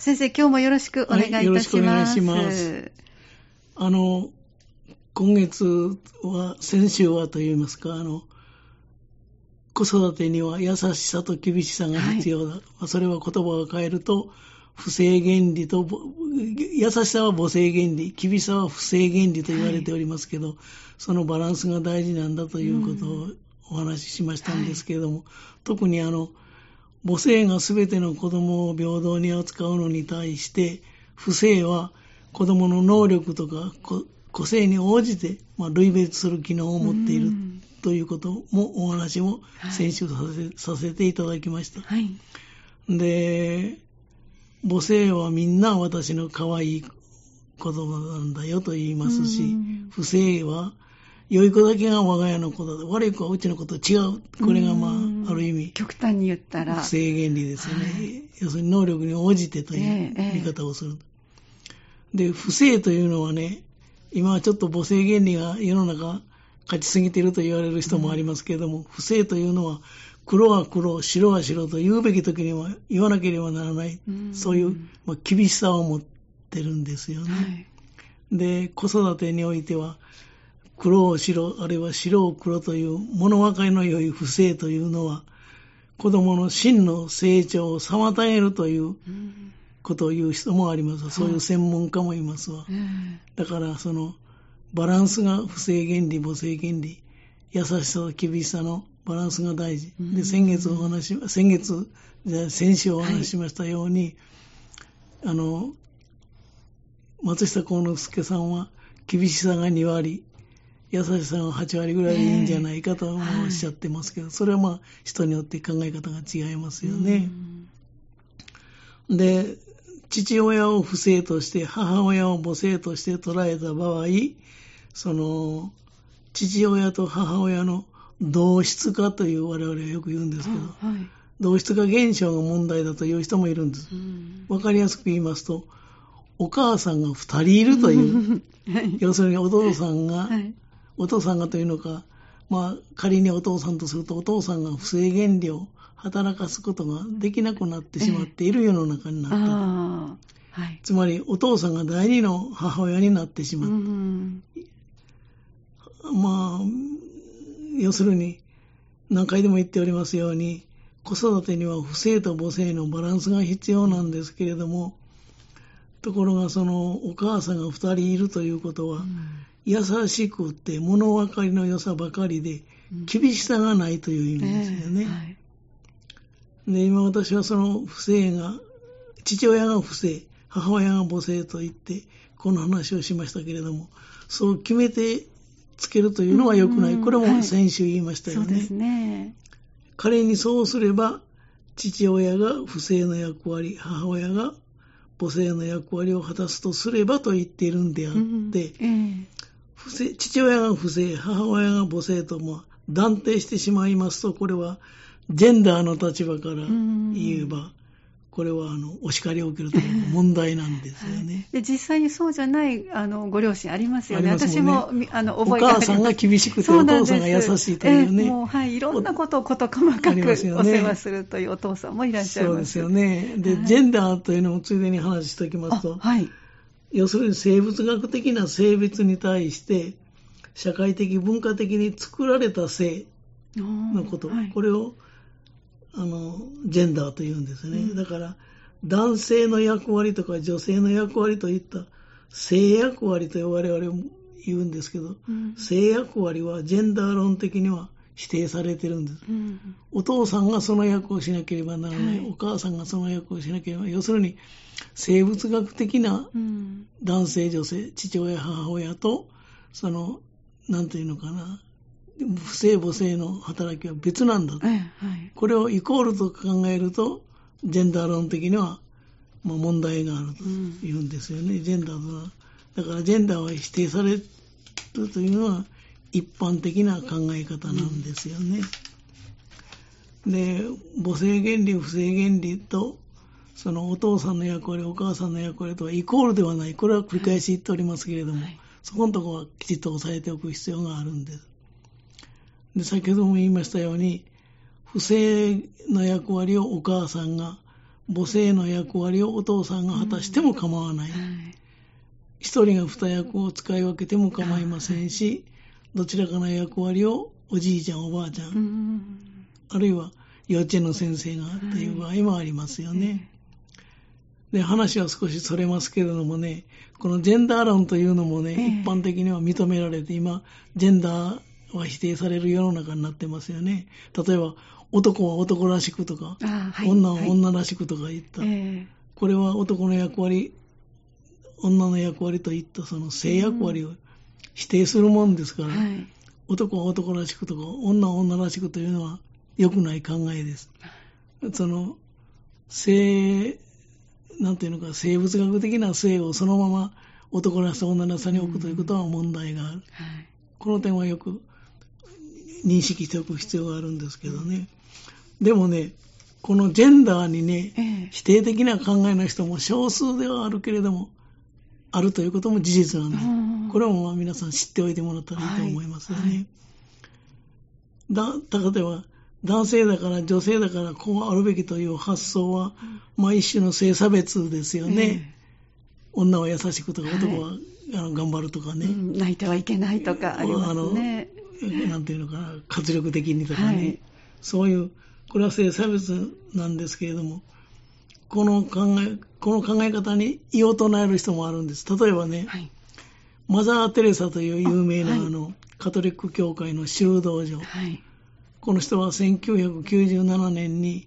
先生、今日もよろしくお願いいたします。 はい、よろしくお願いします。今月は、先週はといいますか、子育てには優しさと厳しさが必要だ。はい、それは言葉を変えると、不正原理と、優しさは母性原理、厳しさは不正原理と言われておりますけど、はい、そのバランスが大事なんだということをお話ししましたんですけれども、はい、特に母性がすべての子供を平等に扱うのに対して、不正は子供の能力とか個性に応じて、類別する機能を持っているということもお話も先週させていただきました。はい、で、母性はみんな私の可愛い子供なんだよと言いますし、不正は良い子だけが我が家の子だ。悪い子はうちの子と違う。これがある意味。 極端に言ったら。 不正原理ですよね。はい、要するに能力に応じてという見方をする。で、不正というのはね、今はちょっと母性原理が世の中勝ちすぎていると言われる人もありますけれども、不正というのは黒は黒、白は白と言うべき時には言わなければならない。そういう、厳しさを持ってるんですよね。はい、で、子育てにおいては、黒を白、あるいは白を黒という物分かりの良い不正というのは、子供の真の成長を妨げるということを言う人もあります。そういう専門家もいますわ。だからそのバランスが不正原理、母性原理、優しさと厳しさのバランスが大事。で、先週お話ししましたように、はい、松下幸之助さんは厳しさが2割、優しさが8割ぐらいでいいんじゃないかとおっしゃってますけど、それは人によって考え方が違いますよね。で、父親を父性として母親を母性として捉えた場合、その父親と母親の同質化という我々はよく言うんですけど、はい、同質化現象が問題だという人もいるんです。わかりやすく言いますと、お母さんが2人いるという、はい、要するにお父さんが、はい、お父さんがというのか、仮にお父さんとするとお父さんが不正原理を働かすことができなくなってしまっている世の中になった、はい、つまりお父さんが第二の母親になってしまった、要するに何回でも言っておりますように、子育てには不正と母性のバランスが必要なんですけれども、ところがそのお母さんが2人いるということは、優しくって物分かりの良さばかりで厳しさがないという意味ですよね。はい、で、今私はその不正が、父親が不正、母親が母性と言ってこの話をしましたけれども、そう決めてつけるというのは良くない。これも先週言いましたよね。そうですね。仮にそうすれば、父親が不正の役割、母親が母性の役割を果たすとすればと言っているんであって、父親が不正、母親が母性と断定してしまいますと、これはジェンダーの立場から言えば、これはお叱りを受けるという問題なんですよね。 で、実際にそうじゃないご両親ありますよね。私も覚えてあります。 お母さんが厳しくてお父さんが優しいというね。 もうはい、いろんなことを細かくお世話するというお父さんもいらっしゃいます。 そうですよね。で、ジェンダーというのもついでに話しておきますと、はい、要するに生物学的な性別に対して社会的文化的に作られた性のこと、はい、これをジェンダーと言うんですね。だから男性の役割とか女性の役割といった性役割と我々も言うんですけど、性役割はジェンダー論的には否定されてるんです。お父さんがその役をしなければならない、はい、お母さんがその役をしなければ、要するに生物学的な男性女性、父親母親とそのなんていうのかな、不正母性の働きは別なんだと、はい、これをイコールと考えるとジェンダー論的には問題があると言うんですよね。ジェンダーとはだからジェンダーは否定されるというのは一般的な考え方なんですよね。で、母性原理不正原理とそのお父さんの役割お母さんの役割とはイコールではない。これは繰り返し言っておりますけれども、そこのところはきちっと押さえておく必要があるんです。で、先ほども言いましたように、不正の役割をお母さんが母性の役割をお父さんが果たしても構わない。一人が二役を使い分けても構いませんし、どちらかの役割をおじいちゃんおばあちゃん、あるいは幼稚園の先生がっていう場合もありますよね。で、話は少しそれますけれどもね、このジェンダー論というのもね、一般的には認められて、今ジェンダーは否定される世の中になってますよね。例えば男は男らしくとか、女は女らしくとか言った、これは男の役割、女の役割といったその性役割を否定するもんですから、男は男らしくとか女は女らしくというのは良くない考えです。そのなんていうのか、生物学的な性をそのまま男らしさ女らしさに置くということは問題がある。この点はよく認識しておく必要があるんですけどね。でもね、このジェンダーにね、否定的な考えの人も少数ではあるけれども、あるということも事実なんで、これも皆さん知っておいてもらったらいいと思いますよね。例えば、男性だから女性だからこうあるべきという発想は、一種の性差別ですよね。女は優しくとか男は頑張るとかね、 泣いてはいけないとかありますね。 なんていうのかな、活力的にとかね、そういう、これは性差別なんですけれども、この考え方に異を唱える人もあるんです。例えばね、マザー・テレサという有名なカトリック教会の修道女、この人は1997年に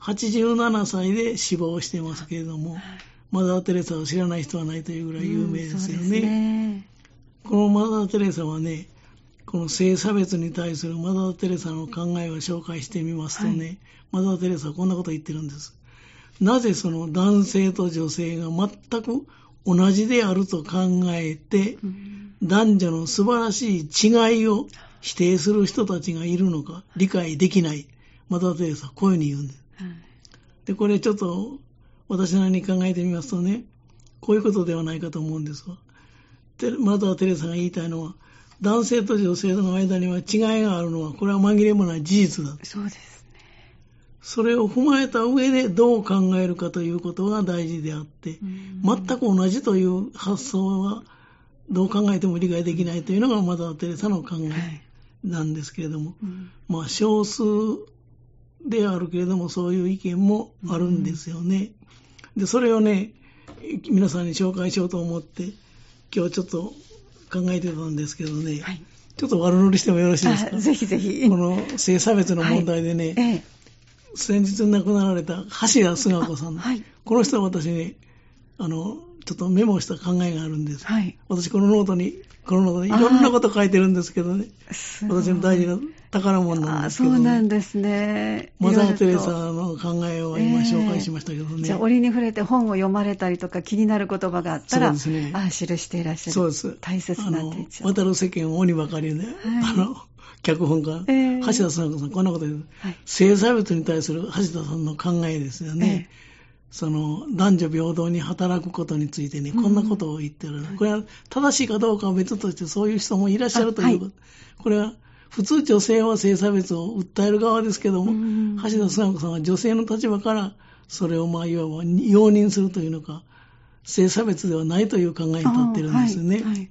87歳で死亡していますけれども、マザー・テレサを知らない人はないというぐらい有名ですよね。このマザー・テレサはね、この性差別に対するマザー・テレサの考えを紹介してみますとね、マザー・テレサはこんなことを言ってるんです。なぜその男性と女性が全く同じであると考えて、男女の素晴らしい違いを否定する人たちがいるのか理解できない。マザー・テレサはこういうふうに言うんです。で、これちょっと私なりに考えてみますとね、こういうことではないかと思うんですが、マザー・テレサが言いたいのは、男性と女性の間には違いがあるのは、これは紛れもない事実だ。 そうですね。 それを踏まえた上でどう考えるかということが大事であって、全く同じという発想はどう考えても理解できないというのがマザー・テレサの考えなんですけれども、少数であるけれどもそういう意見もあるんですよね。で、それをね、皆さんに紹介しようと思って今日ちょっと考えてたんですけどね、ちょっと悪乗りしてもよろしいですか？ ぜひぜひ。 この性差別の問題でね、先日亡くなられた橋田壽賀子さん、この人は私ね、ちょっとメモした考えがあるんです。私このノートにいろんなこと書いてるんですけどね、私の大事な宝物なんですけどね。 そうなんですね。 マザー・テレサの考えを今紹介しましたけどね。 じゃあ折に触れて本を読まれたりとか気になる言葉があったら、記していらっしゃる。 そうです。 大切なティーチャー。 渡る世間を鬼ばかりね、脚本家、橋田壽賀子さんこんなこと言う、性差別に対する橋田さんの考えですよね。その男女平等に働くことについてね、こんなことを言ってる。これは正しいかどうかは別として、そういう人もいらっしゃるということ。これは普通女性は性差別を訴える側ですけども、橋田壽賀子さんは女性の立場からそれをいわば容認するというのか、性差別ではないという考えに立ってるんですよね。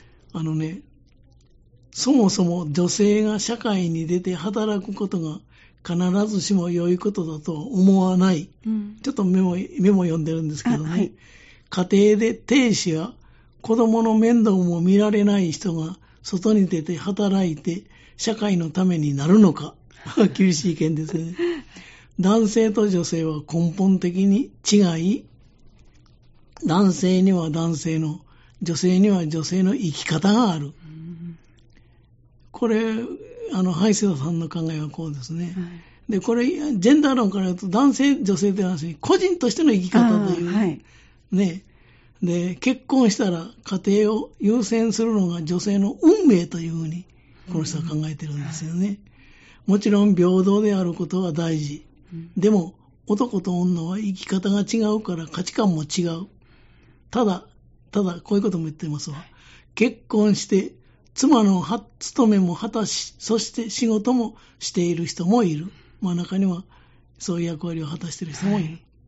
そもそも女性が社会に出て働くことが必ずしも良いことだとは思わない。ちょっとメモ読んでるんですけどね。家庭で亭主や子供の面倒も見られない人が外に出て働いて社会のためになるのか。厳しい意見ですね。男性と女性は根本的に違い、男性には男性の、女性には女性の生き方がある。これ、ハセダさんの考えはこうですね。で、これ、ジェンダー論から言うと、男性、女性ではなく個人としての生き方という。ね。で、結婚したら家庭を優先するのが女性の運命というふうに、この人は考えてるんですよね。もちろん平等であることは大事。でも、男と女は生き方が違うから価値観も違う。ただ、こういうことも言ってますわ。結婚して、妻の務めも果たし、そして仕事もしている人もいる。中にはそういう役割を果たしている人もいる。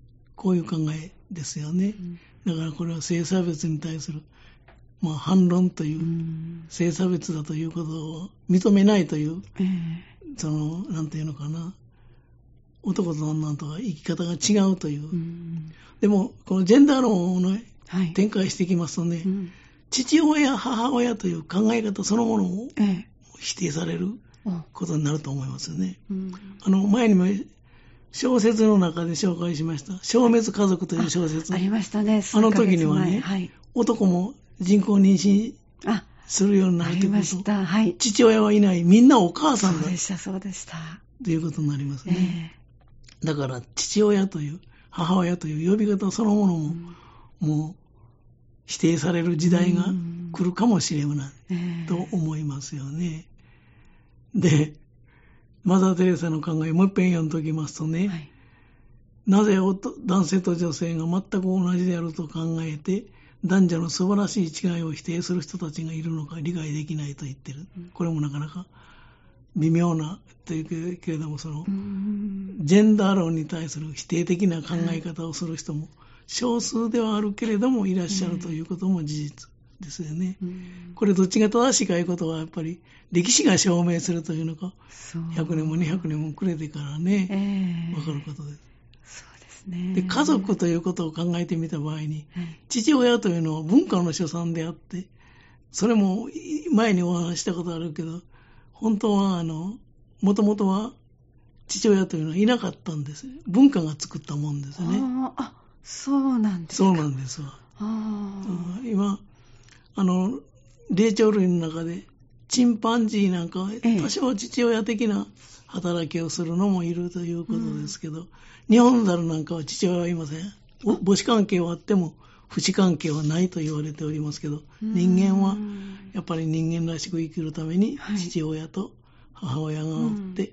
こういう考えですよね。だからこれは性差別に対する、反論という、性差別だということを認めないという、なんていうのかな、男と女とは生き方が違うという。でも、このジェンダー論を、展開していきますとね、父親、母親という考え方そのものを否定されることになると思いますよね。前にも小説の中で紹介しました、消滅家族という小説。 ありましたね、 あの時にはね、男も人工妊娠するようになるということ。父親はいない、みんなお母さんだ。 そうでした。 ということになりますね。だから父親という母親という呼び方そのものも、もう否定される時代が来るかもしれないと思いますよね。で、マザー・テレサの考えもう一遍読んでおきますとね、なぜ男性と女性が全く同じであると考えて男女の素晴らしい違いを否定する人たちがいるのか理解できないと言ってる。これもなかなか微妙なというけれども、ジェンダー論に対する否定的な考え方をする人も少数ではあるけれどもいらっしゃるということも事実ですよね。これどっちが正しいかいうことはやっぱり歴史が証明するというのか、100年も200年もくれてからね、わかることです。 そうですね。 で、家族ということを考えてみた場合に、父親というのは文化の所産であって、それも前にお話したことあるけど、本当はもともとは父親というのはいなかったんです。文化が作ったもんですね。 そうなんですか。 そうなんですわ。今霊長類の中でチンパンジーなんかは多少父親的な働きをするのもいるということですけど、ニホンザルなんかは父親はいません。母子関係はあっても父子関係はないと言われておりますけど、人間はやっぱり人間らしく生きるために父親と母親がおって、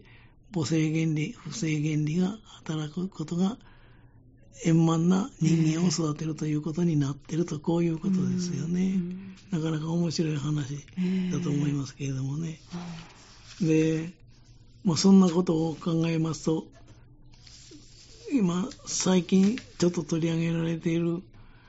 母性原理父性原理が働くことが円満な人間を育てるということになっていると、こういうことですよね。なかなか面白い話だと思いますけれどもね。で、そんなことを考えますと、今最近ちょっと取り上げられている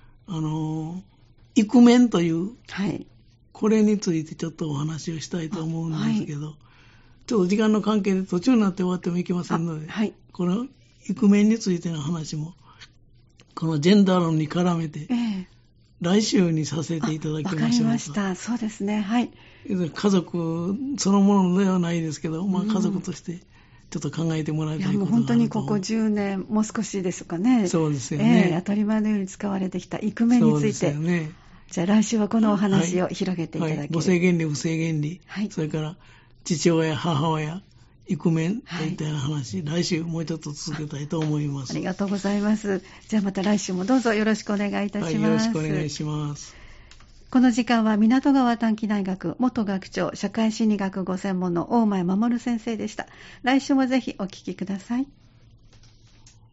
イクメンという、これについてちょっとお話をしたいと思うんですけど、ちょっと時間の関係で途中になって終わってもいけませんので、このイクメンについての話もこのジェンダー論に絡めて、来週にさせていただきましょう。わかりました。そうですね。 家族そのものではないですけど、家族としてちょっと考えてもらいたいことがあると。 もう本当にここ10年、もう少しですかね。 そうですよね。 当たり前のように使われてきたイクメンについて。そうですよね。じゃあ来週はこのお話を広げていただきます。 母性原理、父性原理、それから父親、母親、イクメンといったような話、来週もうちょっと続けたいと思います。 ありがとうございます。じゃあまた来週もどうぞよろしくお願いいたします。 よろしくお願いします。 この時間は港川短期大学元学長社会心理学ご専門の大前守先生でした。来週もぜひお聞きください。